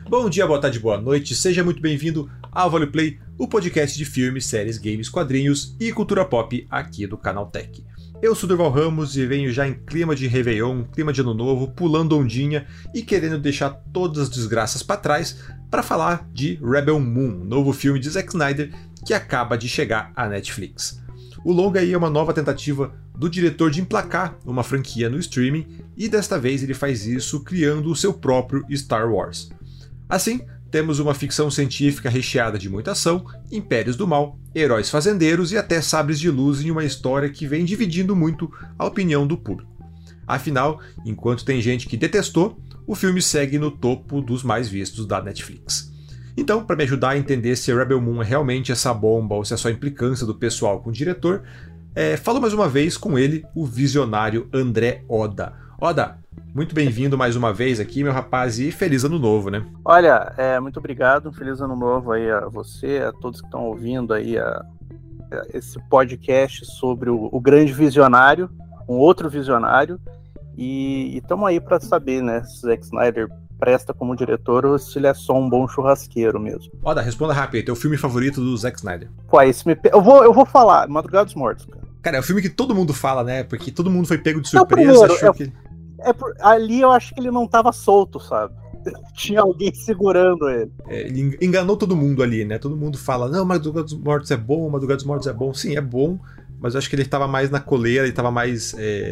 Bom dia, boa tarde, boa noite, seja muito bem-vindo ao Vale Play, o podcast de filmes, séries, games, quadrinhos e cultura pop aqui do Canaltech. Eu sou Durval Ramos e venho já em clima de Réveillon, clima de Ano Novo, pulando ondinha e querendo deixar todas as desgraças para trás para falar de Rebel Moon, novo filme de Zack Snyder que acaba de chegar à Netflix. O longa aí é uma nova tentativa do diretor de emplacar uma franquia no streaming e desta vez ele faz isso criando o seu próprio Star Wars. Assim, temos uma ficção científica recheada de muita ação, impérios do mal, heróis fazendeiros e até sabres de luz em uma história que vem dividindo muito a opinião do público. Afinal, enquanto tem gente que detestou, o filme segue no topo dos mais vistos da Netflix. Então, para me ajudar a entender se Rebel Moon é realmente essa bomba ou se é só implicância do pessoal com o diretor, falo mais uma vez com ele, o visionário André Oda. Oda, muito bem-vindo mais uma vez aqui, meu rapaz, e feliz ano novo, né? Olha, muito obrigado, feliz ano novo aí a você, a todos que estão ouvindo aí esse podcast sobre o grande visionário, um outro visionário, e estamos aí para saber, né, se Zack Snyder presta como diretor ou se ele é só um bom churrasqueiro mesmo. Oda, responda rápido, teu filme favorito do Zack Snyder? Pô, eu vou falar, Madrugada dos Mortos, cara. Cara, é o filme que todo mundo fala, né, porque todo mundo foi pego de surpresa, achou que... Ali eu acho que ele não tava solto, sabe? Tinha alguém segurando ele. Ele enganou todo mundo ali, né? Todo mundo fala, não, Madrugada dos Mortos é bom, Madrugada dos Mortos é bom. Sim, é bom, mas eu acho que ele tava mais na coleira, ele tava mais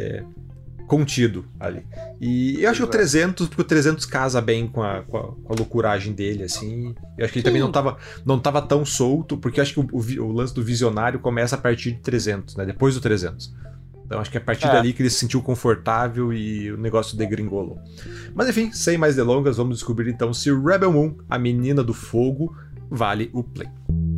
contido ali. E eu acho que o 300, porque o 300 casa bem com a loucuragem dele, assim. Eu acho que ele também não tava tão solto, porque eu acho que o lance do visionário começa a partir de 300, né? Depois do 300. Então acho que é a partir dali que ele se sentiu confortável e o negócio degringolou. Mas enfim, sem mais delongas, vamos descobrir então se Rebel Moon, a menina do fogo, vale o play.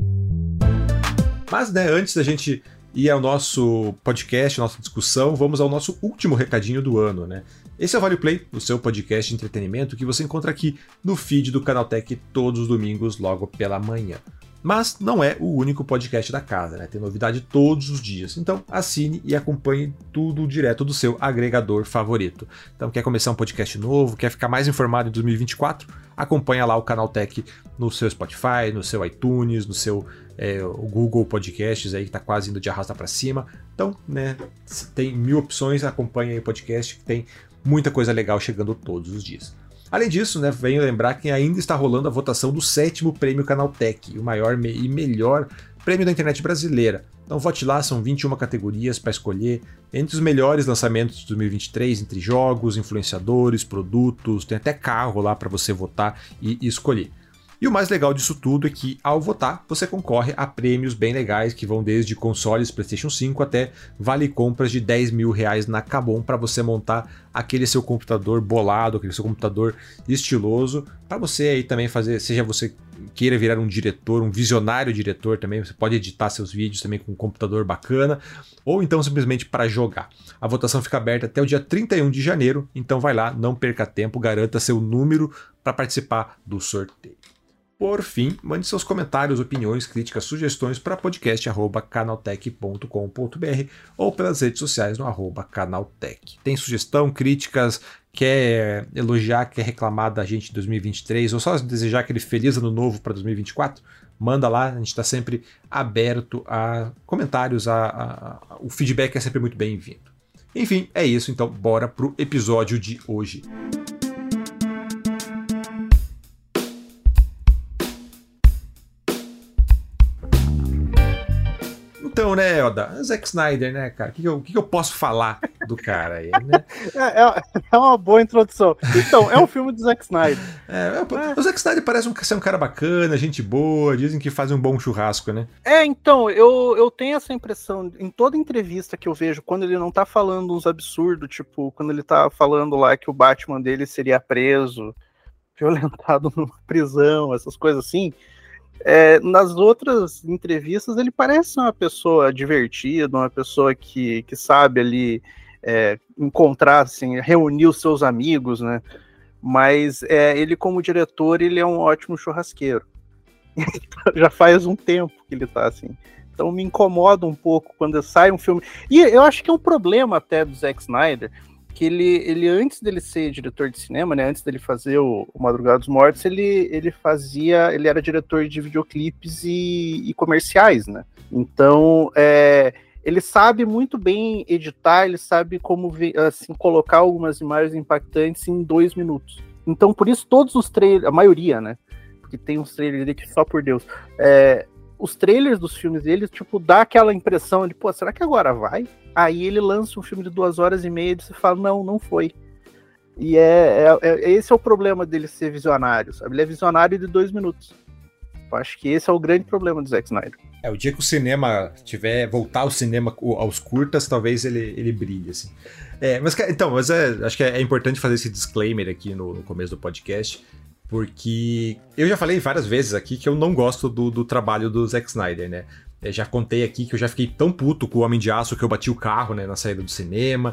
Mas né, antes da gente ir ao nosso podcast, nossa discussão, vamos ao nosso último recadinho do ano, né? Esse é o Vale Play, o seu podcast de entretenimento que você encontra aqui no feed do Canaltech todos os domingos logo pela manhã. Mas não é o único podcast da casa, né? Tem novidade todos os dias. Então assine e acompanhe tudo direto do seu agregador favorito. Então quer começar um podcast novo, quer ficar mais informado em 2024? Acompanha lá o Canaltech no seu Spotify, no seu iTunes, no seu o Google Podcasts aí que tá quase indo de arrasta para cima. Então, né, tem 1000 opções, acompanha aí o podcast que tem muita coisa legal chegando todos os dias. Além disso, né, venho lembrar que ainda está rolando a votação do 7º Prêmio Canaltech, o maior e melhor prêmio da internet brasileira. Então vote lá, são 21 categorias para escolher entre os melhores lançamentos de 2023, entre jogos, influenciadores, produtos, tem até carro lá para você votar e escolher. E o mais legal disso tudo é que, ao votar, você concorre a prêmios bem legais que vão desde consoles PlayStation 5 até vale compras de R$10 mil na Kabum para você montar aquele seu computador bolado, aquele seu computador estiloso, para você aí também fazer, seja você queira virar um diretor, um visionário diretor também, você pode editar seus vídeos também com um computador bacana, ou então simplesmente para jogar. A votação fica aberta até o dia 31 de janeiro, então vai lá, não perca tempo, garanta seu número para participar do sorteio. Por fim, mande seus comentários, opiniões, críticas, sugestões para podcast@canaltech.com.br ou pelas redes sociais no @canaltech. Tem sugestão, críticas, quer elogiar, quer reclamar da gente em 2023 ou só desejar aquele feliz ano novo para 2024? Manda lá, a gente está sempre aberto a comentários, o feedback é sempre muito bem-vindo. Enfim, é isso, então bora pro episódio de hoje. Então, né, Oda, Zack Snyder, né, cara? O que eu posso falar do cara aí, né? É uma boa introdução. Então, é um filme do Zack Snyder. O Zack Snyder parece ser um cara bacana, gente boa, dizem que faz um bom churrasco, né? Então, eu tenho essa impressão, em toda entrevista que eu vejo, quando ele não tá falando uns absurdos, tipo, quando ele tá falando lá que o Batman dele seria preso, violentado numa prisão, essas coisas assim... nas outras entrevistas ele parece uma pessoa divertida, uma pessoa que sabe ali encontrar, assim, reunir os seus amigos, né? Mas ele como diretor, ele é um ótimo churrasqueiro. Já faz um tempo que ele tá assim. Então me incomoda um pouco quando sai um filme. E eu acho que é um problema até do Zack Snyder, que ele antes dele ser diretor de cinema, né, antes dele fazer o Madrugada dos Mortos, ele era diretor de videoclipes e comerciais, né? Então, ele sabe muito bem editar, ele sabe como assim, colocar algumas imagens impactantes em 2 minutos. Então, por isso, todos os trailers, a maioria, né? Porque tem uns trailers dele que só por Deus. Os trailers dos filmes dele, tipo, dá aquela impressão de, pô, será que agora vai? Aí ele lança um filme de 2h30 e você fala, não foi. E esse é o problema dele ser visionário, sabe? Ele é visionário de 2 minutos. Eu acho que esse é o grande problema do Zack Snyder. O dia que o cinema voltar ao cinema aos curtas, talvez ele brilhe, assim. Mas acho que é importante fazer esse disclaimer aqui no começo do podcast, porque eu já falei várias vezes aqui que eu não gosto do trabalho do Zack Snyder, né? Eu já contei aqui que eu já fiquei tão puto com o Homem de Aço que eu bati o carro, né, na saída do cinema.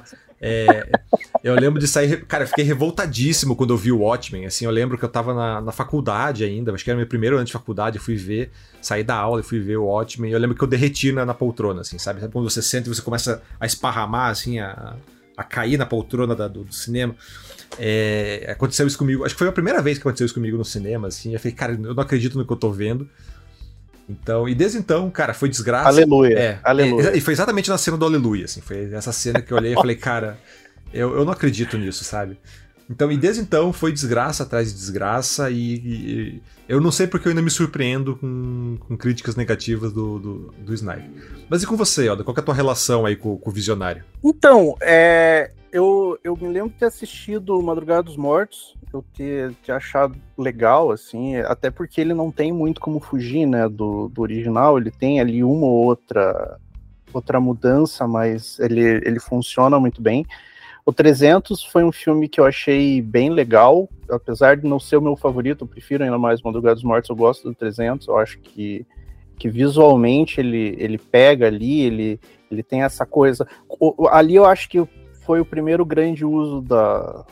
Eu lembro de sair... Cara, eu fiquei revoltadíssimo quando eu vi o Watchmen, assim. Eu lembro que eu tava na faculdade ainda, acho que era meu primeiro ano de faculdade, eu fui ver, saí da aula e fui ver o Watchmen. Eu lembro que eu derreti na poltrona, assim, sabe? Sabe quando você senta e você começa a esparramar, assim, a cair na poltrona do cinema? Aconteceu isso comigo, acho que foi a primeira vez que aconteceu isso comigo no cinema, assim. Eu falei, cara, eu não acredito no que eu tô vendo. Então, e desde então, cara, foi desgraça. Aleluia. Aleluia. E foi exatamente na cena do Aleluia, assim. Foi essa cena que eu olhei e falei, cara, eu não acredito nisso, sabe? Então, e desde então foi desgraça atrás de desgraça e eu não sei porque eu ainda me surpreendo com críticas negativas do Snyder. Mas e com você, Oda? Qual que é a tua relação aí com o Visionário? Então, eu me lembro de ter assistido Madrugada dos Mortos, eu ter achado legal, assim, até porque ele não tem muito como fugir, né, do original, ele tem ali uma ou outra mudança, mas ele funciona muito bem. O 300 foi um filme que eu achei bem legal, apesar de não ser o meu favorito, eu prefiro ainda mais Madrugada dos Mortos, eu gosto do 300, eu acho que visualmente ele pega ali, ele tem essa coisa... Ali eu acho que foi o primeiro grande uso da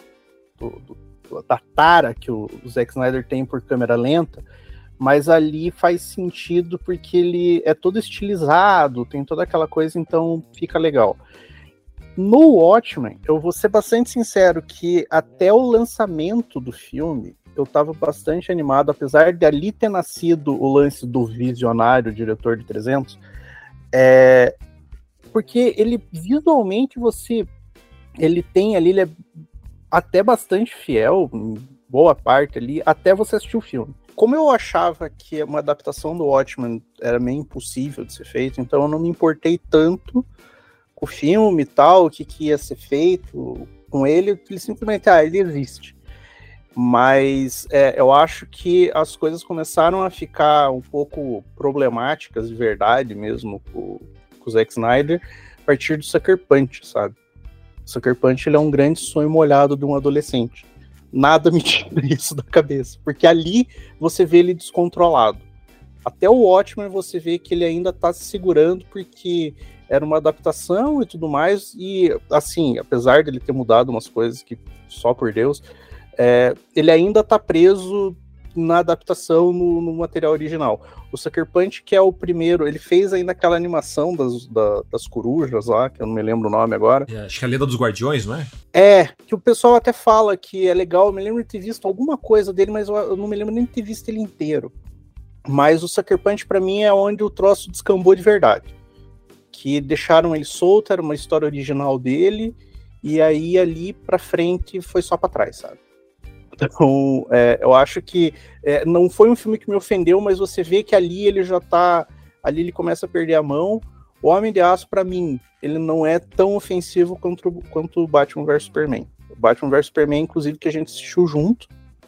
tara que o Zack Snyder tem por câmera lenta, mas ali faz sentido porque ele é todo estilizado, tem toda aquela coisa, então fica legal. No Watchmen, eu vou ser bastante sincero que até o lançamento do filme, eu estava bastante animado, apesar de ali ter nascido o lance do visionário, diretor de 300, porque ele, visualmente, ele tem ali, ele é até bastante fiel, em boa parte ali, até você assistir o filme. Como eu achava que uma adaptação do Watchmen era meio impossível de ser feito, então eu não me importei tanto o filme e tal, o que ia ser feito com ele simplesmente, ele existe. Mas eu acho que as coisas começaram a ficar um pouco problemáticas de verdade mesmo com o Zack Snyder a partir do Sucker Punch, sabe? O Sucker Punch, ele é um grande sonho molhado de um adolescente. Nada me tira isso da cabeça, porque ali você vê ele descontrolado. Até o Watchmen você vê que ele ainda tá se segurando porque era uma adaptação e tudo mais, e assim, apesar dele ter mudado umas coisas que só por Deus, ele ainda tá preso na adaptação no material original. O Sucker Punch, que é o primeiro, ele fez ainda aquela animação das corujas lá, que eu não me lembro o nome agora. Acho que é a Lenda dos Guardiões, não é? Que o pessoal até fala que é legal, eu me lembro de ter visto alguma coisa dele, mas eu não me lembro nem de ter visto ele inteiro. Mas o Sucker Punch, pra mim, é onde o troço descambou de verdade. Que deixaram ele solto, era uma história original dele, e aí ali pra frente foi só pra trás, sabe? Então, eu acho que não foi um filme que me ofendeu, mas você vê que ali ele já tá... Ali ele começa a perder a mão. O Homem de Aço, pra mim, ele não é tão ofensivo quanto o Batman vs Superman. O Batman vs Superman, inclusive, que a gente assistiu junto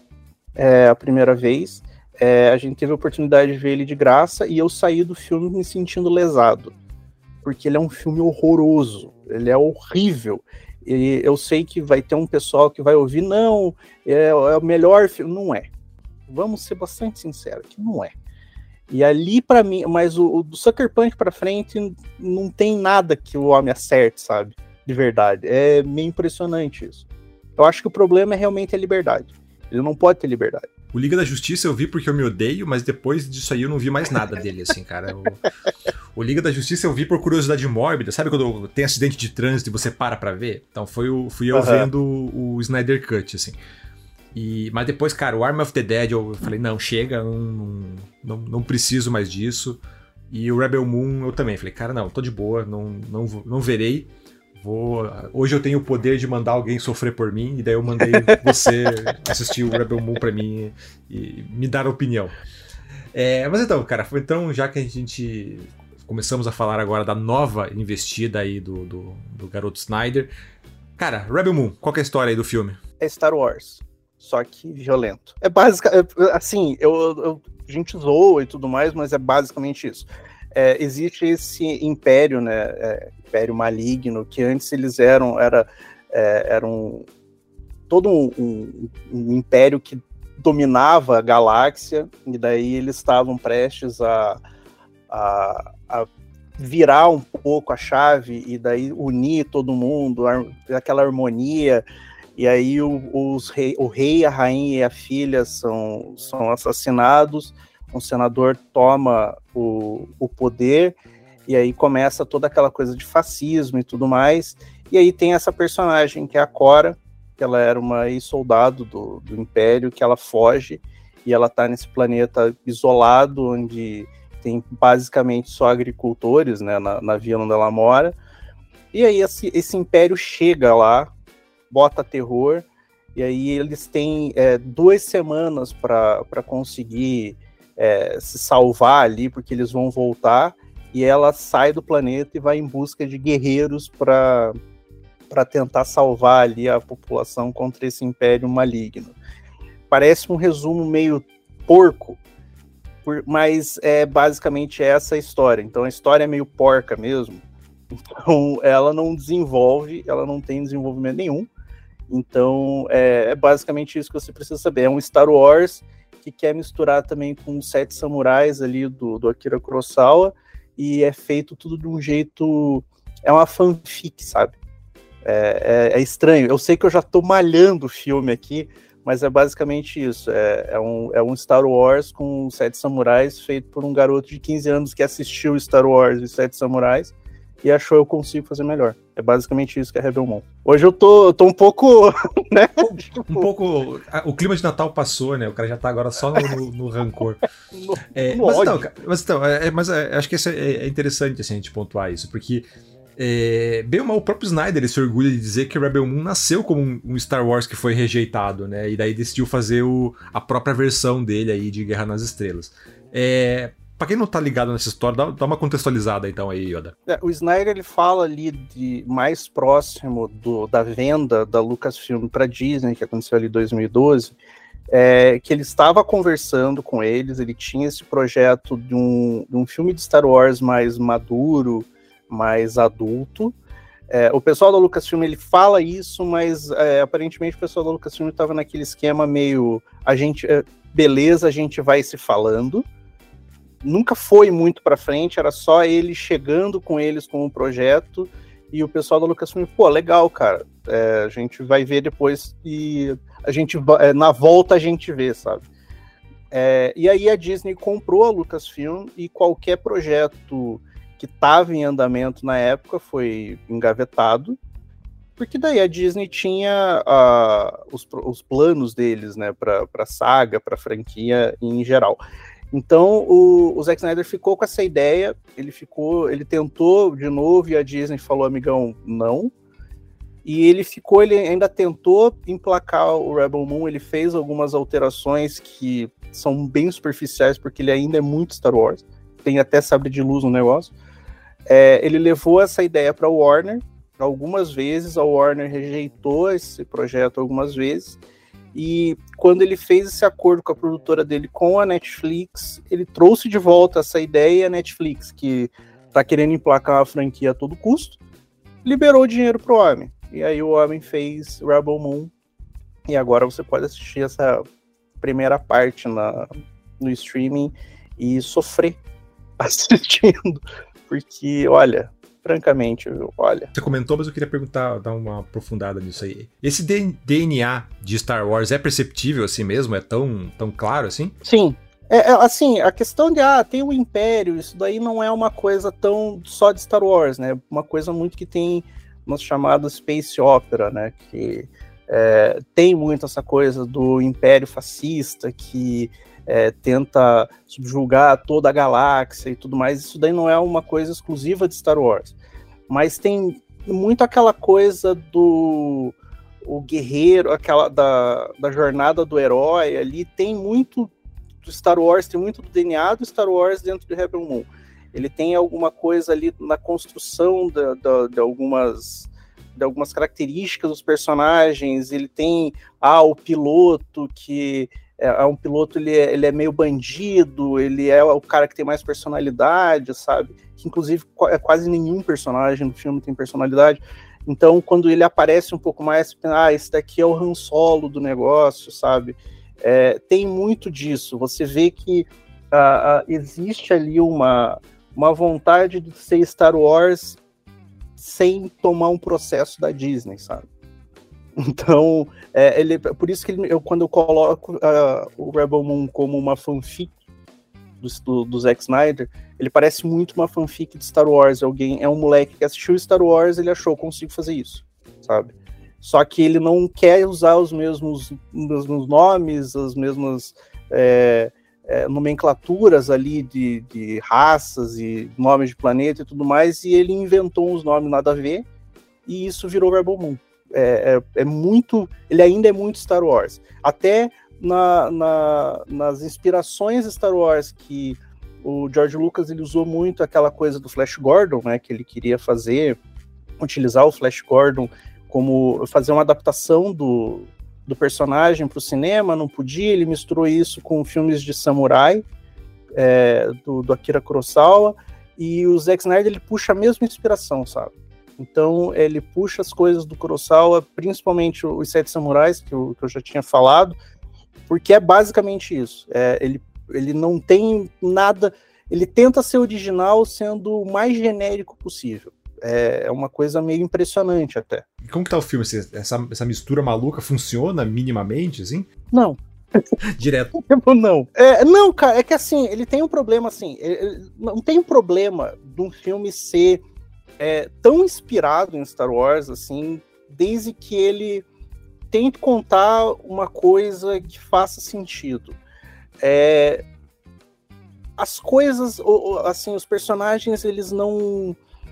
a primeira vez. A gente teve a oportunidade de ver ele de graça e eu saí do filme me sentindo lesado. Porque ele é um filme horroroso. Ele é horrível. E eu sei que vai ter um pessoal que vai ouvir, não, é o melhor filme. Não é. Vamos ser bastante sinceros, que não é. E ali, pra mim, mas o do Sucker Punch pra frente, não tem nada que o homem acerte, sabe? De verdade. É meio impressionante isso. Eu acho que o problema é realmente a liberdade. Ele não pode ter liberdade. O Liga da Justiça eu vi porque eu me odeio, mas depois disso aí eu não vi mais nada dele, assim, cara. O Liga da Justiça eu vi por curiosidade mórbida. Sabe quando tem acidente de trânsito e você para ver? Então fui eu vendo o Snyder Cut, assim. Mas depois, cara, o Army of the Dead eu falei, não, chega, não preciso mais disso. E o Rebel Moon eu também falei, cara, não, tô de boa, não verei. Hoje eu tenho o poder de mandar alguém sofrer por mim, e daí eu mandei você assistir o Rebel Moon pra mim e me dar opinião. Mas então, cara, foi então, já que a gente começamos a falar agora da nova investida aí do garoto Snyder. Cara, Rebel Moon, qual que é a história aí do filme? É Star Wars, só que violento. É basicamente, assim, a gente zoa e tudo mais, mas é basicamente isso. Existe esse império, né, império maligno, que antes eles eram todo um império que dominava a galáxia, e daí eles estavam prestes a virar um pouco a chave, e daí unir todo mundo, aquela harmonia, e aí o rei, a rainha e a filha são assassinados, um senador toma o poder, e aí começa toda aquela coisa de fascismo e tudo mais, e aí tem essa personagem que é a Cora, que ela era uma ex-soldado do Império, que ela foge, e ela tá nesse planeta isolado, onde tem basicamente só agricultores, né, na vila onde ela mora, e aí esse Império chega lá, bota terror, e aí eles têm 2 semanas para conseguir se salvar ali, porque eles vão voltar, e ela sai do planeta e vai em busca de guerreiros para tentar salvar ali a população contra esse império maligno. Parece um resumo meio porco, mas é basicamente essa a história. Então a história é meio porca mesmo, então ela não tem desenvolvimento nenhum. Então é basicamente isso que você precisa saber. É um Star Wars que quer misturar também com os 7 Samurais ali do Akira Kurosawa, e é feito tudo de um jeito... É uma fanfic, sabe? É estranho. Eu sei que eu já tô malhando o filme aqui, mas é basicamente isso. É um Star Wars com 7 Samurais feito por um garoto de 15 anos que assistiu Star Wars e 7 Samurais e achou eu consigo fazer melhor. É basicamente isso que é Rebel Moon. Hoje eu tô um pouco, né? Um pouco... O clima de Natal passou, né? O cara já tá agora só no rancor. Mas acho que isso é interessante, assim, a gente pontuar isso, porque bem ou mal, o próprio Snyder ele se orgulha de dizer que Rebel Moon nasceu como um Star Wars que foi rejeitado, né? E daí decidiu fazer a própria versão dele aí de Guerra nas Estrelas. Pra quem não tá ligado nessa história, dá uma contextualizada então aí, Yoda. O Snyder ele fala ali de mais próximo da venda da Lucasfilm para Disney, que aconteceu ali em 2012, que ele estava conversando com eles, ele tinha esse projeto de um filme de Star Wars mais maduro, mais adulto. O pessoal da Lucasfilm ele fala isso, mas aparentemente o pessoal da Lucasfilm estava naquele esquema meio beleza, a gente vai se falando. Nunca foi muito para frente, era só ele chegando com eles com o projeto, e o pessoal da Lucasfilm, pô, legal, cara, a gente vai ver depois e a gente na volta a gente vê, sabe? E aí a Disney comprou a Lucasfilm e qualquer projeto que estava em andamento na época foi engavetado, porque daí a Disney tinha os planos deles, né, para a saga, para a franquia em geral. Então o Zack Snyder ficou com essa ideia, ele tentou de novo e a Disney falou, amigão, não. E ele ainda tentou emplacar o Rebel Moon, ele fez algumas alterações que são bem superficiais, porque ele ainda é muito Star Wars, tem até sabre de luz no negócio. Ele levou essa ideia para a Warner algumas vezes, a Warner rejeitou esse projeto algumas vezes, e quando ele fez esse acordo com a produtora dele com a Netflix, ele trouxe de volta essa ideia, e a Netflix, que tá querendo emplacar a franquia a todo custo, liberou o dinheiro pro homem. E aí o homem fez Rebel Moon, e agora você pode assistir essa primeira parte no streaming e sofrer assistindo, porque, olha, francamente, viu? Olha. Você comentou, mas eu queria perguntar, dar uma aprofundada nisso aí. Esse DNA de Star Wars é perceptível assim mesmo? É tão claro assim? Sim. Assim, a questão de, tem o Império, isso daí não é uma coisa tão só de Star Wars, né? Uma coisa muito que tem nos chamados Space Opera, né? Que tem muito essa coisa do Império fascista que tenta subjugar toda a galáxia e tudo mais. Isso daí não é uma coisa exclusiva de Star Wars. Mas tem muito aquela coisa do o guerreiro, aquela da jornada do herói ali, tem muito do Star Wars, tem muito do DNA do Star Wars dentro de Rebel Moon. Ele tem alguma coisa ali na construção de algumas características dos personagens. Ele tem o piloto que um piloto, ele é meio bandido, ele é o cara que tem mais personalidade, sabe? Que inclusive quase nenhum personagem do filme tem personalidade. Então, quando ele aparece um pouco mais, esse daqui é o Han Solo do negócio, sabe? Tem muito disso. Você vê que existe ali uma vontade de ser Star Wars sem tomar um processo da Disney, sabe? Então, por isso que quando eu coloco o Rebel Moon como uma fanfic do Zack Snyder, ele parece muito uma fanfic de Star Wars. É um moleque que assistiu Star Wars, ele achou, consigo fazer isso, sabe? Só que ele não quer usar os mesmos nomes, as mesmas nomenclaturas ali de raças e nomes de planeta e tudo mais, e ele inventou uns nomes nada a ver, e isso virou Rebel Moon. Ele ainda é muito Star Wars. Até nas inspirações Star Wars, que o George Lucas ele usou muito aquela coisa do Flash Gordon, né, que ele queria utilizar o Flash Gordon como fazer uma adaptação do personagem para o cinema, não podia, ele misturou isso com filmes de samurai, do Akira Kurosawa, e o Zack Snyder ele puxa a mesma inspiração, sabe? Então ele puxa as coisas do Kurosawa, principalmente os Sete Samurais, que eu já tinha falado, porque é basicamente isso. Ele não tem nada, ele tenta ser original sendo o mais genérico possível. É uma coisa meio impressionante até. E como que tá o filme? Essa mistura maluca funciona minimamente, assim? Não. Direto. Não. Não, cara, é que assim, ele tem um problema assim, não tem um problema de um filme ser tão inspirado em Star Wars, assim, desde que ele tente contar uma coisa que faça sentido. As coisas, assim, os personagens, eles não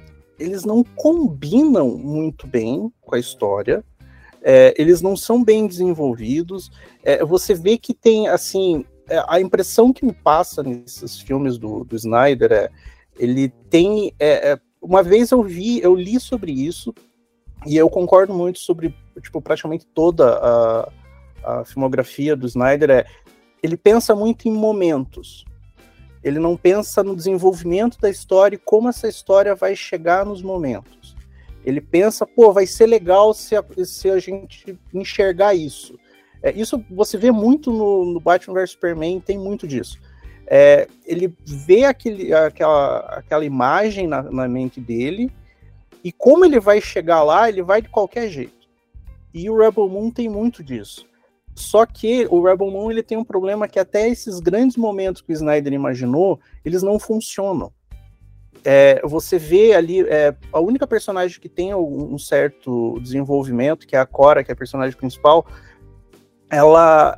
combinam muito bem com a história, eles não são bem desenvolvidos. Você vê que tem, assim, a impressão que me passa nesses filmes do Snyder ele tem... uma vez eu li sobre isso, e eu concordo muito sobre, tipo, praticamente toda a filmografia do Snyder. Ele pensa muito em momentos. Ele não pensa no desenvolvimento da história e como essa história vai chegar nos momentos. Ele pensa, vai ser legal se a gente enxergar isso. Isso você vê muito no Batman vs Superman, tem muito disso. Ele vê aquela imagem na mente dele, e como ele vai chegar lá, ele vai de qualquer jeito. E o Rebel Moon tem muito disso. Só que o Rebel Moon ele tem um problema que até esses grandes momentos que o Snyder imaginou, eles não funcionam. Você vê ali, a única personagem que tem um certo desenvolvimento, que é a Cora, que é a personagem principal, ela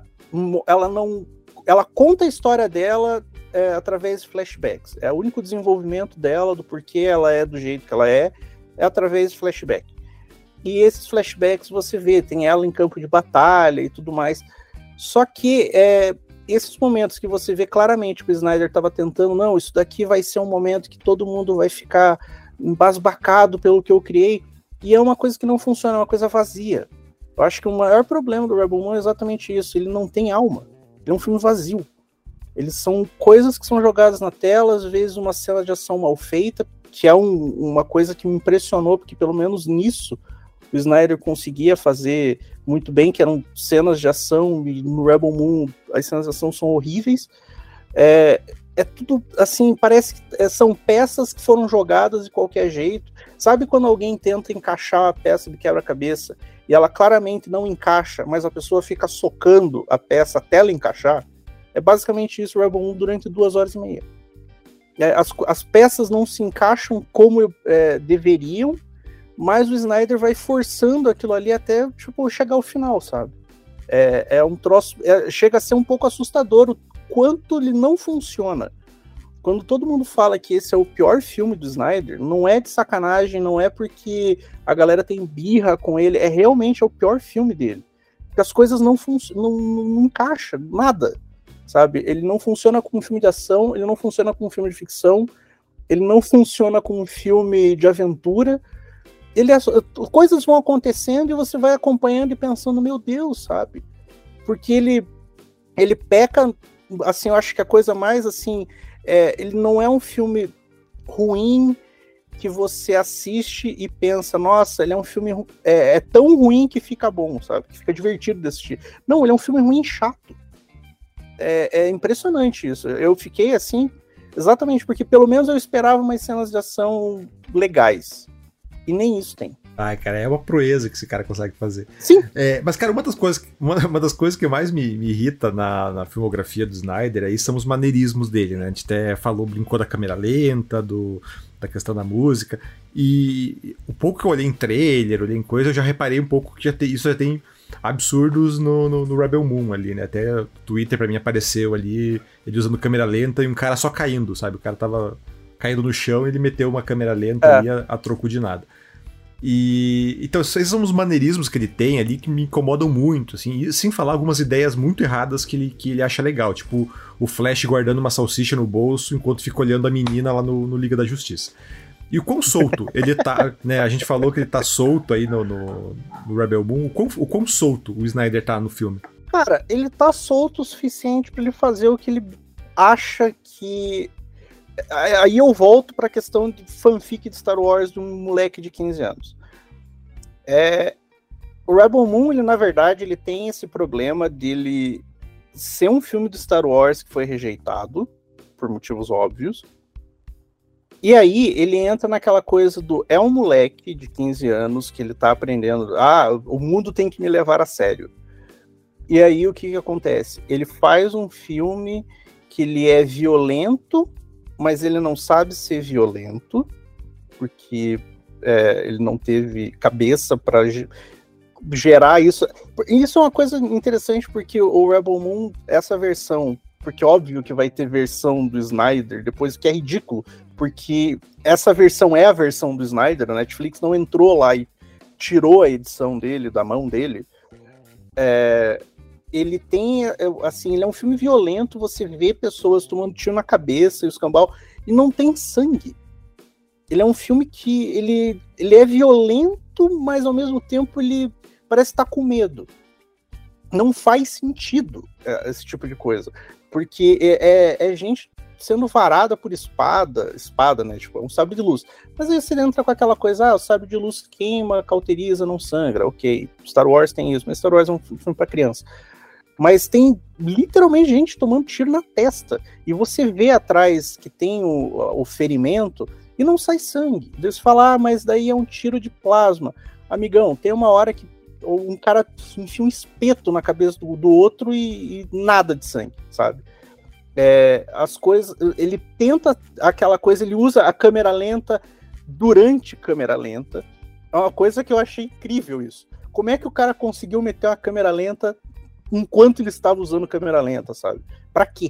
conta a história dela através de flashbacks. O único desenvolvimento dela, do porquê ela é do jeito que ela é através de flashback. E esses flashbacks você vê, tem ela em campo de batalha e tudo mais. Só que esses momentos que você vê claramente que o Snyder estava tentando, não, isso daqui vai ser um momento que todo mundo vai ficar embasbacado pelo que eu criei, e é uma coisa que não funciona, é uma coisa vazia. Eu acho que o maior problema do Rebel Moon é exatamente isso, ele não tem alma, ele é um filme vazio. Eles são coisas que são jogadas na tela, às vezes uma cena de ação mal feita, que é uma coisa que me impressionou, porque pelo menos nisso o Snyder conseguia fazer muito bem, que eram cenas de ação, e no Rebel Moon as cenas de ação são horríveis. é tudo, assim, parece que são peças que foram jogadas de qualquer jeito. Sabe quando alguém tenta encaixar a peça de quebra-cabeça e ela claramente não encaixa, mas a pessoa fica socando a peça até ela encaixar? É basicamente isso o Rebel Moon durante 2h30. As peças não se encaixam como deveriam, mas o Snyder vai forçando aquilo ali até tipo, chegar ao final, sabe? É um troço... chega a ser um pouco assustador o quanto ele não funciona. Quando todo mundo fala que esse é o pior filme do Snyder, não é de sacanagem, não é porque a galera tem birra com ele, realmente o pior filme dele. Porque as coisas não encaixam, nada, sabe? Ele não funciona como um filme de ação, ele não funciona como um filme de ficção, ele não funciona como um filme de aventura. Coisas vão acontecendo e você vai acompanhando e pensando, meu Deus, sabe? Porque ele peca, assim, eu acho que a coisa mais, assim... ele não é um filme ruim que você assiste e pensa, nossa, ele é um filme tão ruim que fica bom, sabe? Que fica divertido de assistir. Não, ele é um filme ruim e chato. É impressionante isso. Eu fiquei assim, exatamente porque pelo menos eu esperava umas cenas de ação legais. E nem isso tem. Ai, cara, é uma proeza que esse cara consegue fazer. Sim. Mas, cara, uma das coisas que mais me irrita na filmografia do Snyder aí são os maneirismos dele, né? A gente até brincou da câmera lenta, da questão da música. E o pouco que eu olhei em trailer, olhei em coisa, eu já reparei um pouco que isso já tem absurdos no Rebel Moon ali, né? Até o Twitter pra mim apareceu ali, ele usando câmera lenta e um cara só caindo, sabe? O cara tava caindo no chão e ele meteu uma câmera lenta ali a troco de nada. Então esses são os maneirismos que ele tem ali que me incomodam muito, assim, e sem falar algumas ideias muito erradas que ele acha legal, tipo o Flash guardando uma salsicha no bolso enquanto fica olhando a menina lá no Liga da Justiça. E o quão solto ele tá, né? A gente falou que ele tá solto aí no Rebel Moon. O quão solto o Snyder tá no filme? Cara, ele tá solto o suficiente pra ele fazer o que ele acha que... Aí eu volto pra questão de fanfic de Star Wars de um moleque de 15 anos. O Rebel Moon, ele, na verdade, ele tem esse problema dele ser um filme de Star Wars que foi rejeitado, por motivos óbvios. E aí ele entra naquela coisa é um moleque de 15 anos que ele tá aprendendo, o mundo tem que me levar a sério. E aí o que acontece? Ele faz um filme que ele é violento, mas ele não sabe ser violento, porque ele não teve cabeça para gerar isso. Isso é uma coisa interessante, porque o Rebel Moon, essa versão, porque óbvio que vai ter versão do Snyder depois, que é ridículo, porque essa versão é a versão do Snyder, a Netflix não entrou lá e tirou a edição dele, da mão dele. Ele tem, assim, ele é um filme violento, você vê pessoas tomando tiro na cabeça e o escambau, e não tem sangue. Ele é um filme que ele é violento, mas ao mesmo tempo ele parece estar com medo. Não faz sentido esse tipo de coisa, porque é gente sendo varada por espada, né, tipo, é um sabre de luz. Mas aí você entra com aquela coisa, o sabre de luz queima, cauteriza, não sangra, ok, Star Wars tem isso, mas Star Wars é um filme pra criança. Mas tem literalmente gente tomando tiro na testa. E você vê atrás que tem o ferimento e não sai sangue. Eles falam, mas daí é um tiro de plasma. Amigão, tem uma hora que um cara enfia um espeto na cabeça do outro e nada de sangue, sabe? As coisas... Ele tenta aquela coisa, ele usa a câmera lenta durante câmera lenta. É uma coisa que eu achei incrível isso. Como é que o cara conseguiu meter uma câmera lenta enquanto ele estava usando câmera lenta, sabe? Pra quê?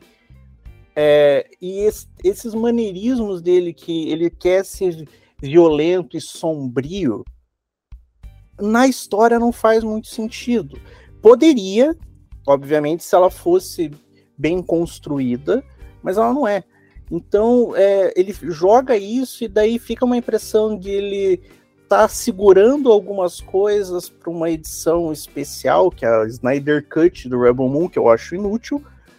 E esses maneirismos dele, que ele quer ser violento e sombrio, na história não faz muito sentido. Poderia, obviamente, se ela fosse bem construída, mas ela não é. Então, ele joga isso e daí fica uma impressão de ele tá segurando algumas coisas para uma edição especial, que é a Snyder Cut do Rebel Moon, que eu acho inútil.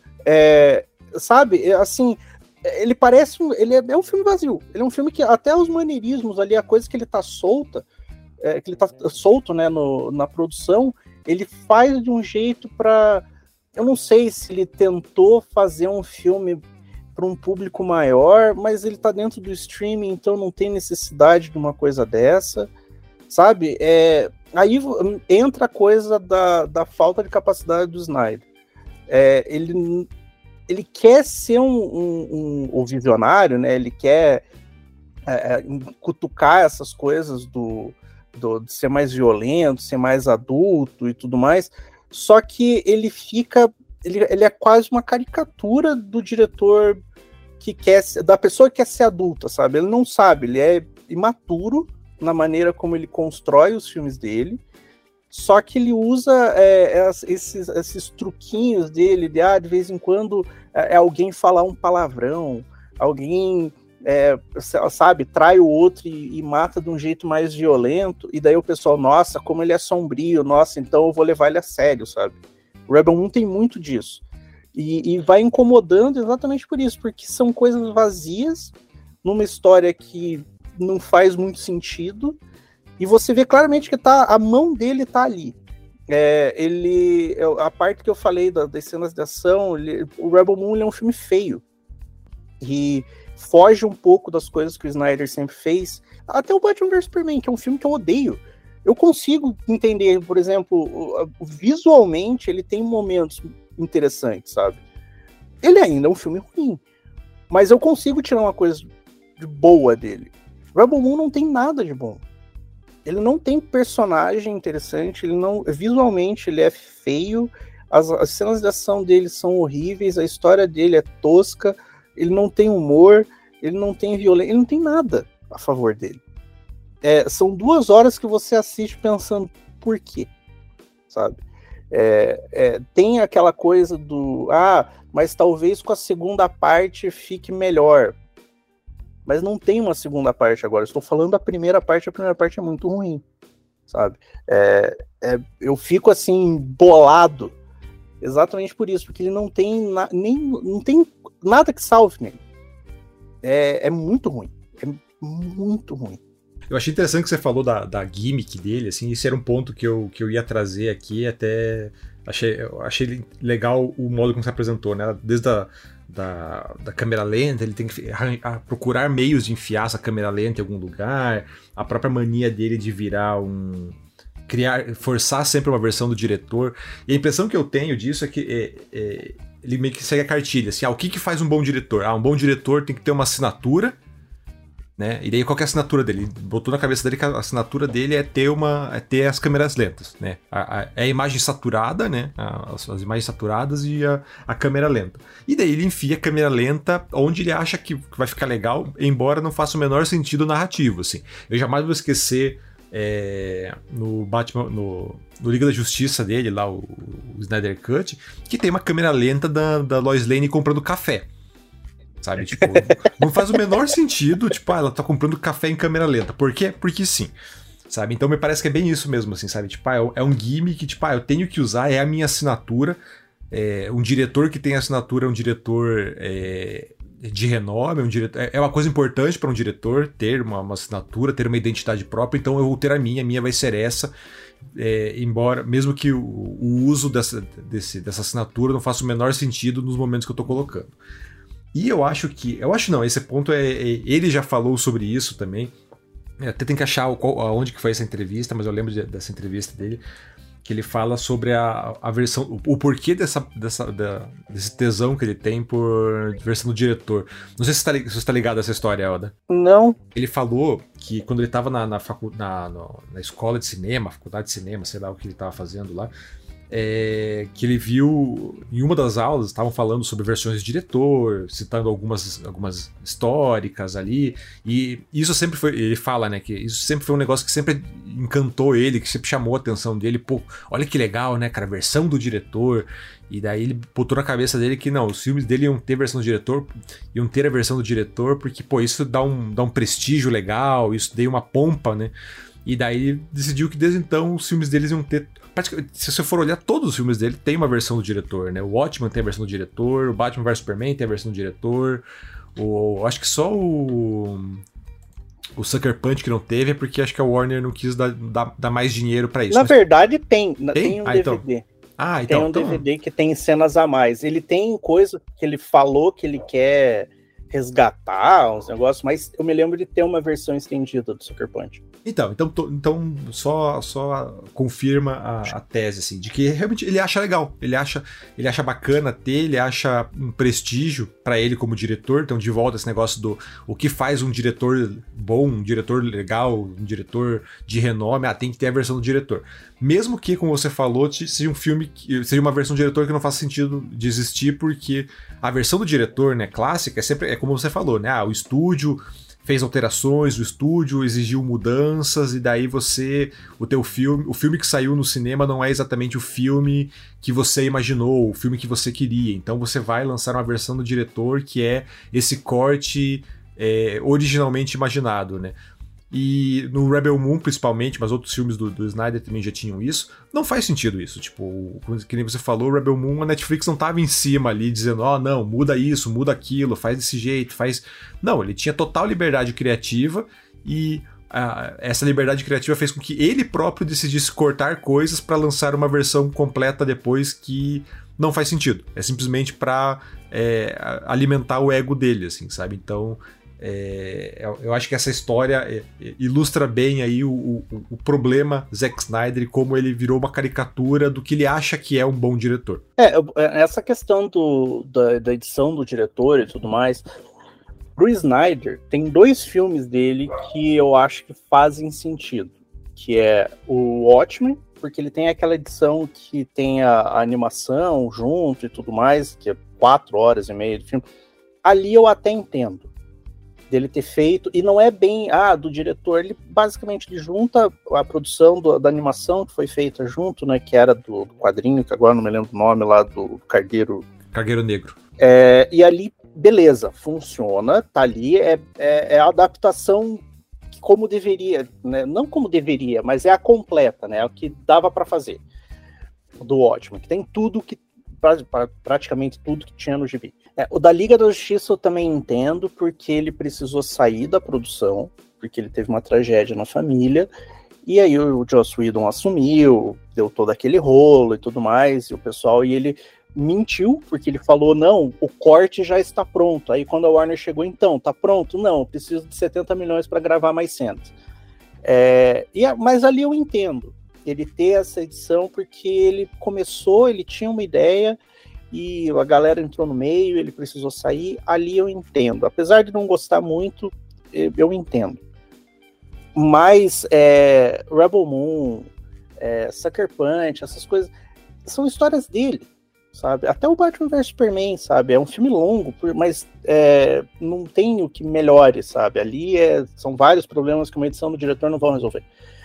Sabe, assim, ele parece... Ele é um filme vazio. Ele é um filme que até os maneirismos ali, a coisa que ele tá solta, que ele tá solto, né, na produção, ele faz de um jeito para... Eu não sei se ele tentou fazer um filme para um público maior, mas ele tá dentro do streaming, então não tem necessidade de uma coisa dessa, sabe? Aí entra a coisa da falta de capacidade do Snyder. Ele quer ser um visionário, né? Ele quer cutucar essas coisas de ser mais violento, ser mais adulto e tudo mais, só que ele é quase uma caricatura do diretor da pessoa que quer ser adulta, sabe? Ele não sabe, ele é imaturo na maneira como ele constrói os filmes dele, só que ele usa esses truquinhos dele, de vez em quando alguém falar um palavrão, alguém sabe, trai o outro e mata de um jeito mais violento, e daí o pessoal, nossa, como ele é sombrio, nossa, então eu vou levar ele a sério, sabe? O Rebel Moon tem muito disso. E vai incomodando exatamente por isso, porque são coisas vazias, numa história que não faz muito sentido, e você vê claramente que a mão dele tá ali. A parte que eu falei das cenas de ação, o Rebel Moon é um filme feio. E foge um pouco das coisas que o Snyder sempre fez. Até o Batman vs Superman, que é um filme que eu odeio. Eu consigo entender, por exemplo, visualmente ele tem momentos interessantes, sabe? Ele ainda é um filme ruim, mas eu consigo tirar uma coisa de boa dele. Rebel Moon não tem nada de bom. Ele não tem personagem interessante, visualmente ele é feio, as cenas de ação dele são horríveis, a história dele é tosca, ele não tem humor, ele não tem violência, ele não tem nada a favor dele. São 2 horas que você assiste pensando por quê, sabe? Tem aquela coisa mas talvez com a segunda parte fique melhor. Mas não tem uma segunda parte agora, eu estou falando da primeira parte, a primeira parte é muito ruim, sabe? Eu fico assim, bolado, exatamente por isso, porque ele não tem não tem nada que salve nele. É muito ruim, é muito ruim. Eu achei interessante que você falou da gimmick dele, assim, isso era um ponto que eu ia trazer aqui, até achei legal o modo como você apresentou, né? Desde da câmera lenta, ele tem que procurar meios de enfiar essa câmera lenta em algum lugar, a própria mania dele de virar forçar sempre uma versão do diretor, e a impressão que eu tenho disso é que ele meio que segue a cartilha, assim, o que faz um bom diretor? Um bom diretor tem que ter uma assinatura, né? E daí qual que é a assinatura dele? Ele botou na cabeça dele que a assinatura dele é ter as câmeras lentas, né? É a imagem saturada, né? As imagens saturadas e a câmera lenta. E daí ele enfia a câmera lenta onde ele acha que vai ficar legal, embora não faça o menor sentido narrativo, assim. Eu jamais vou esquecer no Batman, no Liga da Justiça dele, lá o Snyder Cut, que tem uma câmera lenta da Lois Lane comprando café. Sabe, tipo, não faz o menor sentido, tipo, ela tá comprando café em câmera lenta. Por quê? Porque sim, sabe? Então me parece que é bem isso mesmo, assim, sabe? Tipo, é um gimmick, tipo, eu tenho que usar, é a minha assinatura. Um diretor que tem assinatura é um diretor de renome, é uma coisa importante para um diretor ter uma assinatura, ter uma identidade própria, então eu vou ter a minha vai ser essa. Embora, mesmo que o uso dessa assinatura não faça o menor sentido nos momentos que eu tô colocando. E eu acho não, esse ponto ele já falou sobre isso também. Até tem que achar aonde que foi essa entrevista, mas eu lembro dessa entrevista dele, que ele fala sobre a versão, o porquê desse tesão que ele tem por versão do diretor. Não sei se você tá ligado a essa história, Elda. Não. Ele falou que quando ele estava na escola de cinema, faculdade de cinema, sei lá o que ele estava fazendo lá, que ele viu em uma das aulas, estavam falando sobre versões de diretor, citando algumas históricas ali, e isso sempre foi, ele fala, né, que isso sempre foi um negócio que sempre encantou ele, que sempre chamou a atenção dele. Pô, olha que legal, né, cara, a versão do diretor. E daí ele botou na cabeça dele que não, os filmes dele iam ter a versão do diretor, porque, pô, isso dá um prestígio legal, isso deu uma pompa, né. E daí ele decidiu que desde então os filmes deles iam ter. Se você for olhar, todos os filmes dele tem uma versão do diretor, né? O Watchmen tem a versão do diretor, o Batman vs Superman tem a versão do diretor, acho que só o Sucker Punch que não teve é porque acho que a Warner não quis dar mais dinheiro pra isso. Na verdade tem um DVD. Ah, Tem então. um DVD que tem cenas a mais. Ele tem coisa que ele falou que ele quer resgatar, uns negócios, mas eu me lembro de ter uma versão estendida do Sucker Punch. Então só confirma a tese, assim, de que realmente ele acha legal, ele acha bacana ter, ele acha um prestígio pra ele como diretor. Então, de volta esse negócio do o que faz um diretor bom, um diretor legal, um diretor de renome, tem que ter a versão do diretor. Mesmo que, como você falou, seja um filme, seja uma versão do diretor que não faz sentido de existir, porque a versão do diretor, né, clássica, é como você falou, né, o estúdio fez alterações, o estúdio exigiu mudanças, e daí o filme que saiu no cinema não é exatamente o filme que você imaginou, o filme que você queria. Então você vai lançar uma versão do diretor que é esse corte originalmente imaginado, né? E no Rebel Moon, principalmente, mas outros filmes do Snyder também já tinham isso. Não faz sentido isso. Tipo, que nem você falou, Rebel Moon, a Netflix não tava em cima ali dizendo, não, muda isso, muda aquilo, faz desse jeito, faz... Não, ele tinha total liberdade criativa e essa liberdade criativa fez com que ele próprio decidisse cortar coisas para lançar uma versão completa depois que não faz sentido. É simplesmente pra alimentar o ego dele, assim, sabe? Então... eu acho que essa história ilustra bem aí o problema Zack Snyder e como ele virou uma caricatura do que ele acha que é um bom diretor. Essa questão da edição do diretor e tudo mais, pro Snyder, tem 2 filmes dele que eu acho que fazem sentido, que é o Watchmen, porque ele tem aquela edição que tem a animação junto e tudo mais, que é 4 horas e meia do filme. Ali eu até entendo dele ter feito, e não é bem do diretor, ele basicamente junta a produção da animação que foi feita junto, né, que era do quadrinho, que agora não me lembro o nome lá, do Cargueiro Negro. E ali, beleza, funciona, tá ali, é a adaptação como deveria, né, não como deveria, mas é a completa, né, é o que dava para fazer do Watchmen, que tem tudo que praticamente tudo que tinha no gibi. O da Liga da Justiça eu também entendo, porque ele precisou sair da produção, porque ele teve uma tragédia na família, e aí o Joss Whedon assumiu, deu todo aquele rolo e tudo mais, e ele mentiu, porque ele falou, não, o corte já está pronto. Aí quando a Warner chegou, então, tá pronto? Não, eu preciso de 70 milhões para gravar mais cenas. Mas ali eu entendo ele ter essa edição, porque ele começou, ele tinha uma ideia, e a galera entrou no meio, ele precisou sair, ali eu entendo. Apesar de não gostar muito, eu entendo. Mas Rebel Moon, Sucker Punch, essas coisas, são histórias dele, sabe? Até o Batman vs Superman, sabe? É um filme longo, mas não tem o que melhore, sabe? Ali são vários problemas que uma edição do diretor não vão resolver.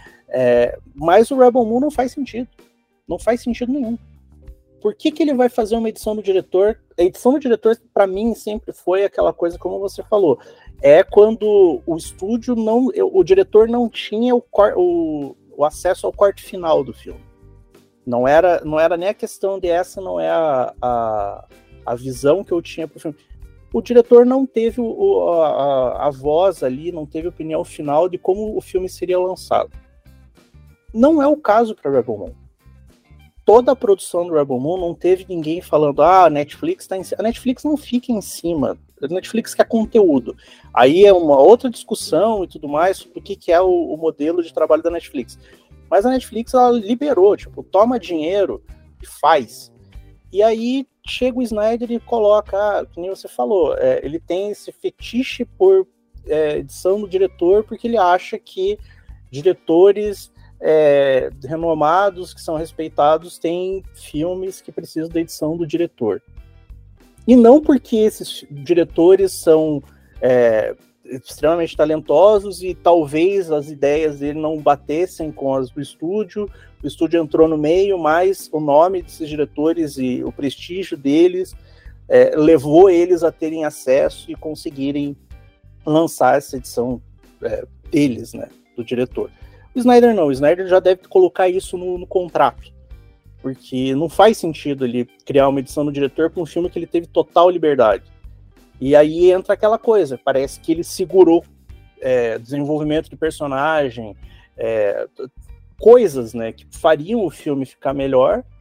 Mas o Rebel Moon não faz sentido. Não faz sentido nenhum. Por que ele vai fazer uma edição do diretor? A edição do diretor, para mim, sempre foi aquela coisa como você falou. É quando o estúdio o diretor não tinha o acesso ao corte final do filme. Não era nem a questão de essa não é a visão que eu tinha pro filme. O diretor não teve a voz ali, não teve opinião final de como o filme seria lançado. Não é o caso para Rebel Moon. Toda a produção do Rebel Moon não teve ninguém falando, a Netflix está em cima. A Netflix não fica em cima. A Netflix quer conteúdo. Aí é uma outra discussão e tudo mais sobre o que é o modelo de trabalho da Netflix. Mas a Netflix, ela liberou, toma dinheiro e faz. E aí chega o Snyder e coloca, que nem você falou, ele tem esse fetiche por edição do diretor, porque ele acha que diretores renomados, que são respeitados, têm filmes que precisam da edição do diretor. E não porque esses diretores são extremamente talentosos e talvez as ideias dele não batessem com as do estúdio, o estúdio entrou no meio, mas o nome desses diretores e o prestígio deles levou eles a terem acesso e conseguirem lançar essa edição deles, né, do diretor. O Snyder não, o Snyder já deve colocar isso no contrato, porque não faz sentido ele criar uma edição do diretor para um filme que ele teve total liberdade. E aí entra aquela coisa, parece que ele segurou desenvolvimento de personagem, coisas, né, que fariam o filme ficar melhor,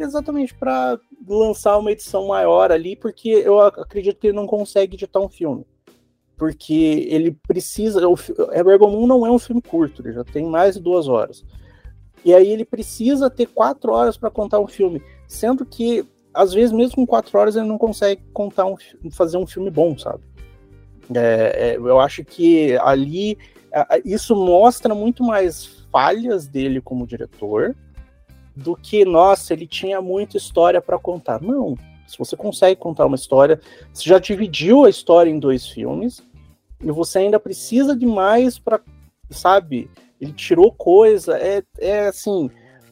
exatamente para lançar uma edição maior ali, porque eu acredito que ele não consegue editar um filme. Porque ele precisa... Rebel Moon não é um filme curto, ele já tem mais de 2 horas. E aí ele precisa ter 4 horas para contar um filme, sendo que, às vezes, mesmo com 4 horas, ele não consegue fazer um filme bom, sabe? Eu acho que ali isso mostra muito mais falhas dele como diretor do que, nossa, ele tinha muita história para contar. Não, se você consegue contar uma história, você já dividiu a história em 2 filmes, e você ainda precisa de mais para, sabe, ele tirou coisa, assim,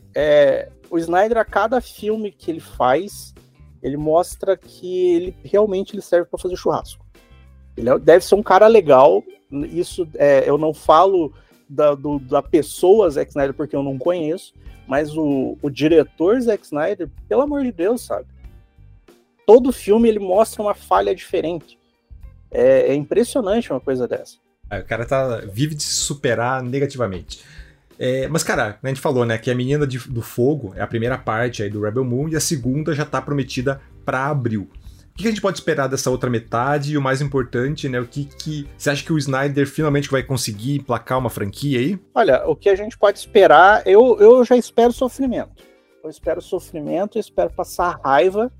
o Snyder, a cada filme que ele faz, ele mostra que ele realmente serve para fazer churrasco. Ele deve ser um cara legal, isso eu não falo da pessoa Zack Snyder porque eu não conheço, mas o diretor Zack Snyder, pelo amor de Deus, sabe? Todo filme ele mostra uma falha diferente. É impressionante uma coisa dessa. O cara vive de se superar negativamente. Mas, cara, a gente falou, né, que a Menina do Fogo é a primeira parte aí do Rebel Moon e a segunda já tá prometida para abril. O que a gente pode esperar dessa outra metade? E o mais importante, né, o que você acha que o Snyder finalmente vai conseguir emplacar uma franquia aí? Olha, o que a gente pode esperar, eu já espero sofrimento. Eu espero sofrimento, eu espero passar raiva.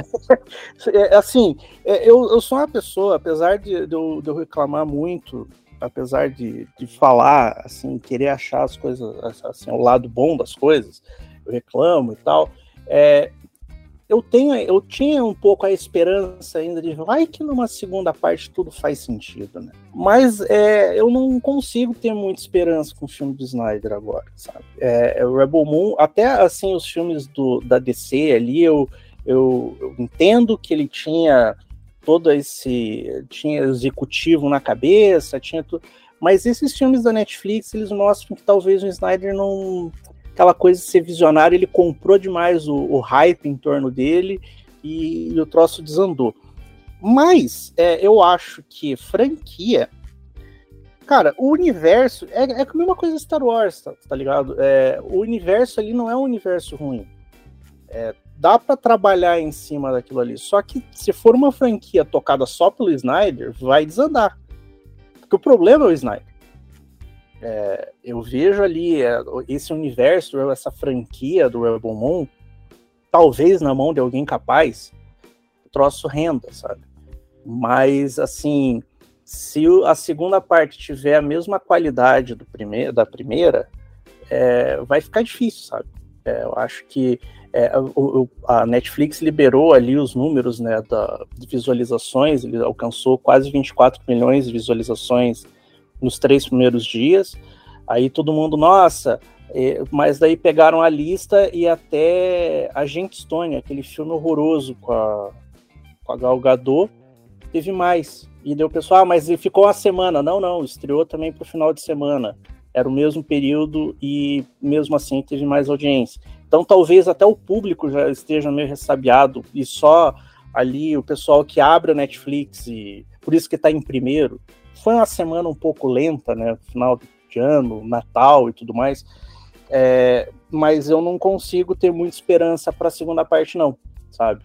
Assim, eu sou uma pessoa, apesar de eu reclamar muito, apesar de falar, assim, querer achar as coisas, assim, o lado bom das coisas, eu reclamo e tal, eu tinha um pouco a esperança ainda de vai que numa segunda parte tudo faz sentido, né? Mas eu não consigo ter muita esperança com o filme do Snyder agora, sabe? O Rebel Moon, até assim, os filmes da DC ali, eu entendo que ele tinha tinha executivo na cabeça, tinha tudo, mas esses filmes da Netflix, eles mostram que talvez o Snyder não... Aquela coisa de ser visionário, ele comprou demais o hype em torno dele e o troço desandou. Mas eu acho que franquia... Cara, o universo... É a mesma coisa de Star Wars, tá ligado? O universo ali não é um universo ruim. Dá pra trabalhar em cima daquilo ali. Só que se for uma franquia tocada só pelo Snyder, vai desandar. Porque o problema é o Snyder. Eu vejo ali esse universo, essa franquia do Rebel Moon, talvez na mão de alguém capaz, o troço renda, sabe? Mas, assim, se a segunda parte tiver a mesma qualidade da primeira, vai ficar difícil, sabe? Eu acho que a Netflix liberou ali os números, né, de visualizações, ele alcançou quase 24 milhões de visualizações nos 3 primeiros dias. Aí todo mundo, nossa, mas daí pegaram a lista e até Agente Stone, aquele filme horroroso com a Gal Gadot, teve mais. E deu o pessoal, mas ele ficou uma semana. Não, estreou também pro final de semana. Era o mesmo período e mesmo assim teve mais audiência. Então talvez até o público já esteja meio ressabiado e só ali o pessoal que abre a Netflix, e por isso que está em primeiro. Foi uma semana um pouco lenta, né? Final de ano, Natal e tudo mais. Mas eu não consigo ter muita esperança para a segunda parte, não, sabe?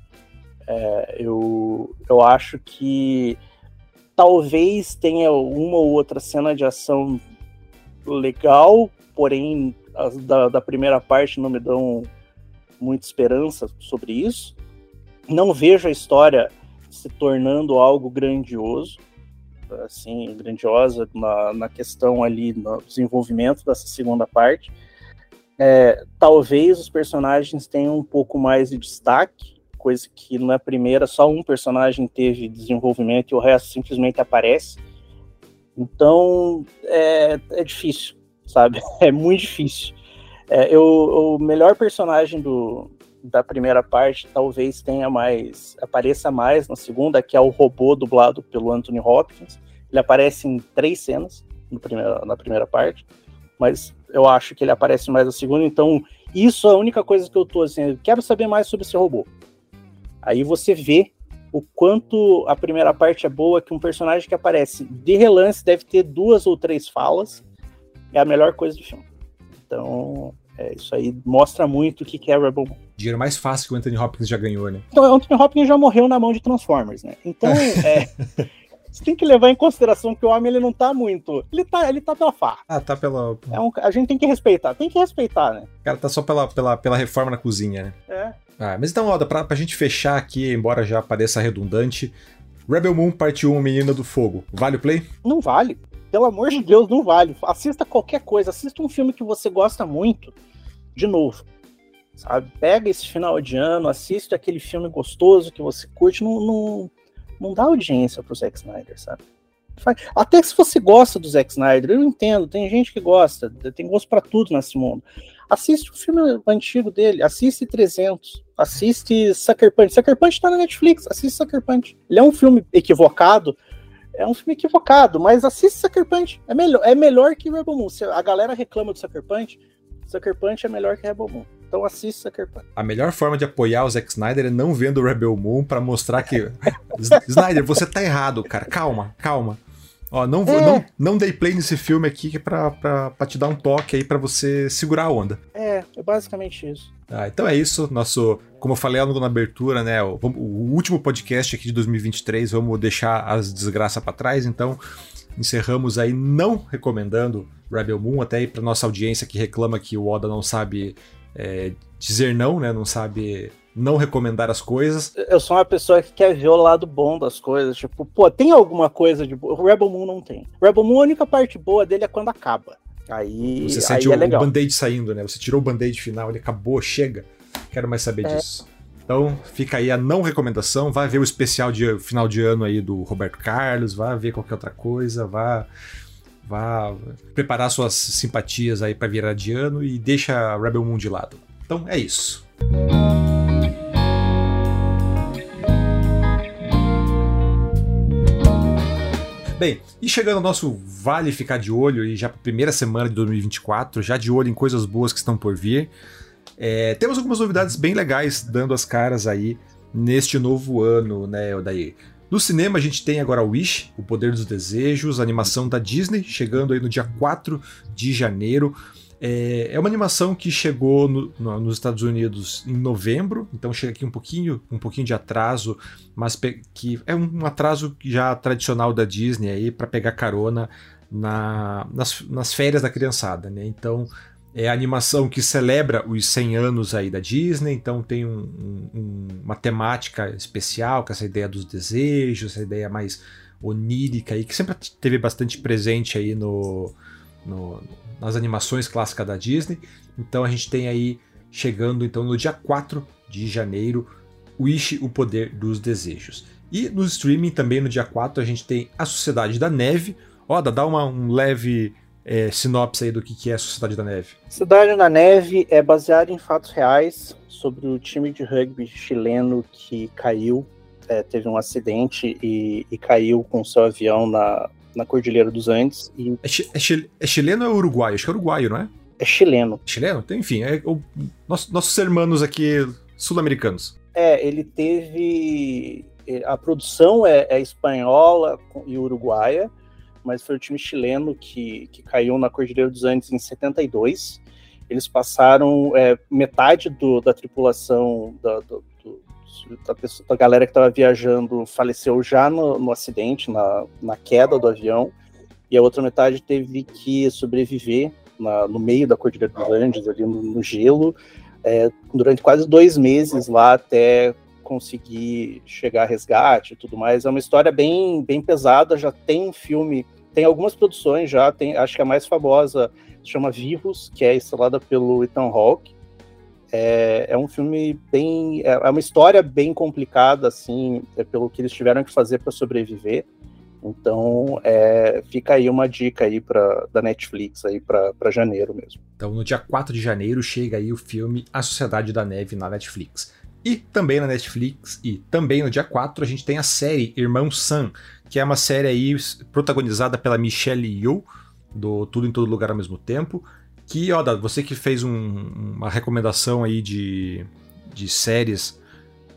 Eu acho que talvez tenha uma ou outra cena de ação legal, porém as da primeira parte não me dão muita esperança sobre isso. Não vejo a história se tornando algo grandioso, assim, grandiosa na questão ali, no desenvolvimento dessa segunda parte. Talvez os personagens tenham um pouco mais de destaque, coisa que na primeira só um personagem teve desenvolvimento e o resto simplesmente aparece. Então é difícil, sabe? É muito difícil. O melhor personagem da primeira parte talvez apareça mais na segunda, que é o robô dublado pelo Anthony Hopkins. Ele aparece em 3 cenas na primeira parte, mas eu acho que ele aparece mais na segunda. Então isso é a única coisa que eu tô assim, eu quero saber mais sobre esse robô. Aí você vê o quanto a primeira parte é boa, que um personagem que aparece de relance deve ter 2 ou 3 falas, é a melhor coisa do filme. Então Isso aí mostra muito o que é Rebel Moon. Dinheiro mais fácil que o Anthony Hopkins já ganhou, né? Então, o Anthony Hopkins já morreu na mão de Transformers, né? Então, você tem que levar em consideração que o homem ele não tá muito. Ele tá pela farra. Tá pela. A gente tem que respeitar, né? O cara tá só pela reforma na cozinha, né? Mas então, Oda, pra gente fechar aqui, embora já pareça redundante, Rebel Moon Parte 1, Menina do Fogo, vale o play? Não vale. Pelo amor de Deus, não vale. Assista qualquer coisa, assista um filme que você gosta muito, de novo. Sabe? Pega esse final de ano, assiste aquele filme gostoso que você curte, não dá audiência pro Zack Snyder, sabe? Até se você gosta do Zack Snyder, eu não entendo, tem gente que gosta, tem gosto pra tudo nesse mundo. Assiste o filme antigo dele, assiste 300, assiste Sucker Punch. Sucker Punch tá na Netflix, assiste Sucker Punch. Ele é um filme equivocado, mas assiste Sucker Punch. É melhor que Rebel Moon. Se a galera reclama do Sucker Punch é melhor que Rebel Moon. Então assiste Sucker Punch. A melhor forma de apoiar o Zack Snyder é não vendo o Rebel Moon pra mostrar que... Snyder, você tá errado, cara. Calma. Ó, não dei play nesse filme aqui que é pra te dar um toque aí pra você segurar a onda. É basicamente isso. Então é isso, como eu falei na abertura, né, o último podcast aqui de 2023, vamos deixar as desgraças pra trás, então encerramos aí não recomendando Rebel Moon, até aí pra nossa audiência que reclama que o Oda não sabe dizer não, né, não sabe não recomendar as coisas. Eu sou uma pessoa que quer ver o lado bom das coisas, tipo, tem alguma coisa de boa? O Rebel Moon não tem. Rebel Moon, a única parte boa dele é quando acaba. Aí você sente é legal. O band-aid saindo, né? Você tirou o band-aid final, ele acabou, chega. Quero mais saber disso. Então fica aí a não recomendação. Vai ver o especial de final de ano aí do Roberto Carlos, vai ver qualquer outra coisa, vá preparar suas simpatias aí pra virar de ano e deixa Rebel Moon de lado. Então é isso. Bem, e chegando ao nosso Vale Ficar de Olho, e já para a primeira semana de 2024, já de olho em coisas boas que estão por vir, temos algumas novidades bem legais dando as caras aí neste novo ano, né, Odair? No cinema a gente tem agora Wish, O Poder dos Desejos, a animação da Disney, chegando aí no dia 4 de janeiro. É uma animação que chegou nos Estados Unidos em novembro, então chega aqui um pouquinho de atraso, mas que é um atraso já tradicional da Disney aí para pegar carona nas férias da criançada, né? Então é a animação que celebra os 100 anos aí da Disney, então tem uma temática especial, com essa ideia dos desejos, essa ideia mais onírica aí, que sempre teve bastante presente aí nas animações clássicas da Disney. Então a gente tem aí, chegando então no dia 4 de janeiro, Wish, O Poder dos Desejos. E no streaming também no dia 4 a gente tem A Sociedade da Neve. Dá um leve sinopse aí do que é a Sociedade da Neve. Sociedade da Neve é baseada em fatos reais sobre o time de rugby chileno que caiu, teve um acidente e caiu com seu avião na Cordilheira dos Andes. É chileno ou é uruguaio? Acho que é uruguaio, não é? É chileno. Chileno? Então, enfim, nossos irmãos aqui sul-americanos. Ele teve... A produção é espanhola e uruguaia, mas foi o time chileno que caiu na Cordilheira dos Andes em 72. Eles passaram metade da tripulação da galera que estava viajando faleceu já no acidente, na queda do avião, e a outra metade teve que sobreviver no meio da Cordilheira dos Andes, ali no gelo, durante quase 2 meses lá até conseguir chegar a resgate e tudo mais. É uma história bem, bem pesada, já tem um filme, tem algumas produções já, acho que a mais famosa se chama Vivos, que é estrelada pelo Ethan Hawke. É um filme bem... É uma história bem complicada, assim, pelo que eles tiveram que fazer para sobreviver. Então, fica aí uma dica aí da Netflix aí para janeiro mesmo. Então, no dia 4 de janeiro chega aí o filme A Sociedade da Neve na Netflix. E também na Netflix, e também no dia 4, a gente tem a série Irmão Sam, que é uma série aí protagonizada pela Michelle Yeoh, do Tudo em Todo Lugar ao Mesmo Tempo, que, você que fez uma recomendação aí de séries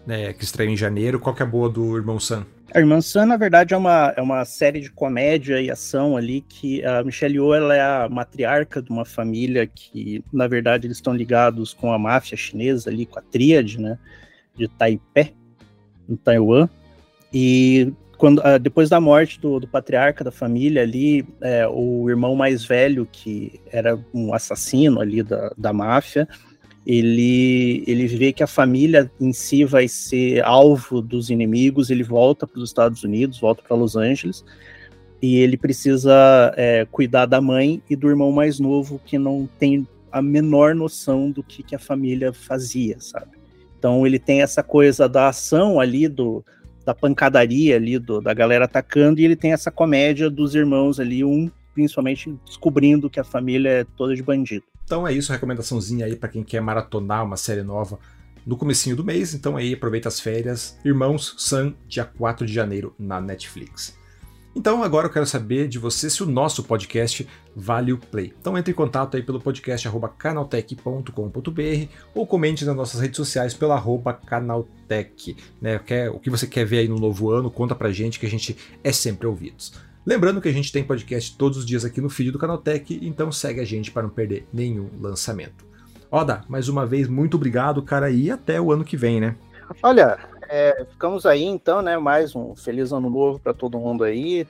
né, que estreia em janeiro. Qual que é a boa do Irmão Sam? A Irmã Sam, na verdade, é uma série de comédia e ação ali que a Michelle Yeoh, ela é a matriarca de uma família que, na verdade, eles estão ligados com a máfia chinesa ali, com a tríade, né, de Taipei, em Taiwan. E depois da morte do patriarca da família ali, o irmão mais velho, que era um assassino ali da máfia, ele vê que a família em si vai ser alvo dos inimigos, ele volta para os Estados Unidos, volta para Los Angeles, e ele precisa cuidar da mãe e do irmão mais novo, que não tem a menor noção do que a família fazia, sabe? Então ele tem essa coisa da ação ali, da pancadaria ali, da galera atacando, e ele tem essa comédia dos irmãos ali, principalmente descobrindo que a família é toda de bandido. Então é isso, recomendaçãozinha aí para quem quer maratonar uma série nova no comecinho do mês. Então aí aproveita as férias. Irmãos Sam, dia 4 de janeiro na Netflix. Então agora eu quero saber de você se o nosso podcast vale o play. Então entre em contato aí pelo podcast @canaltech.com.br ou comente nas nossas redes sociais pelo @canaltech. Né? O que você quer ver aí no novo ano, conta pra gente que a gente é sempre ouvidos. Lembrando que a gente tem podcast todos os dias aqui no feed do Canaltech, então segue a gente para não perder nenhum lançamento. Oda, mais uma vez, muito obrigado, cara, e até o ano que vem, né? Olha, ficamos aí então, né? Mais um feliz ano novo para todo mundo aí.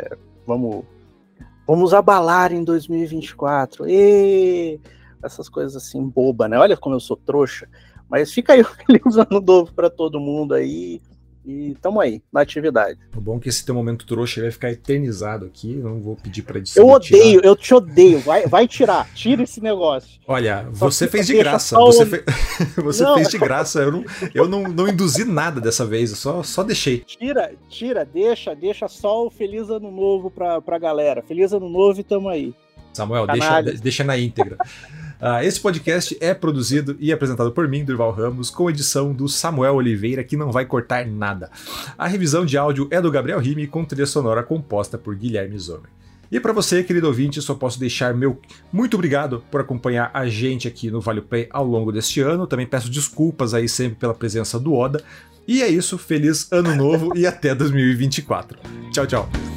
Vamos abalar em 2024. Essas coisas assim, boba, né? Olha como eu sou trouxa. Mas fica aí um feliz ano novo para todo mundo aí. E tamo aí, na atividade. O bom é que esse teu momento trouxa vai ficar eternizado aqui. Eu não vou pedir pra edição. Eu te odeio. Vai tirar. Tira esse negócio. Olha, você fez de graça. Você fez de graça. Eu não induzi nada dessa vez. Eu só deixei. Tira. Deixa só o feliz ano novo pra galera. Feliz ano novo e tamo aí. Samuel, deixa na íntegra. Esse podcast é produzido e apresentado por mim, Durval Ramos, com edição do Samuel Oliveira, que não vai cortar nada. A revisão de áudio é do Gabriel Rime, com trilha sonora composta por Guilherme Zomer. E para você, querido ouvinte, só posso deixar meu muito obrigado por acompanhar a gente aqui no Vale Play ao longo deste ano. Também peço desculpas aí sempre pela presença do Oda. E é isso, feliz ano novo e até 2024. Tchau, tchau.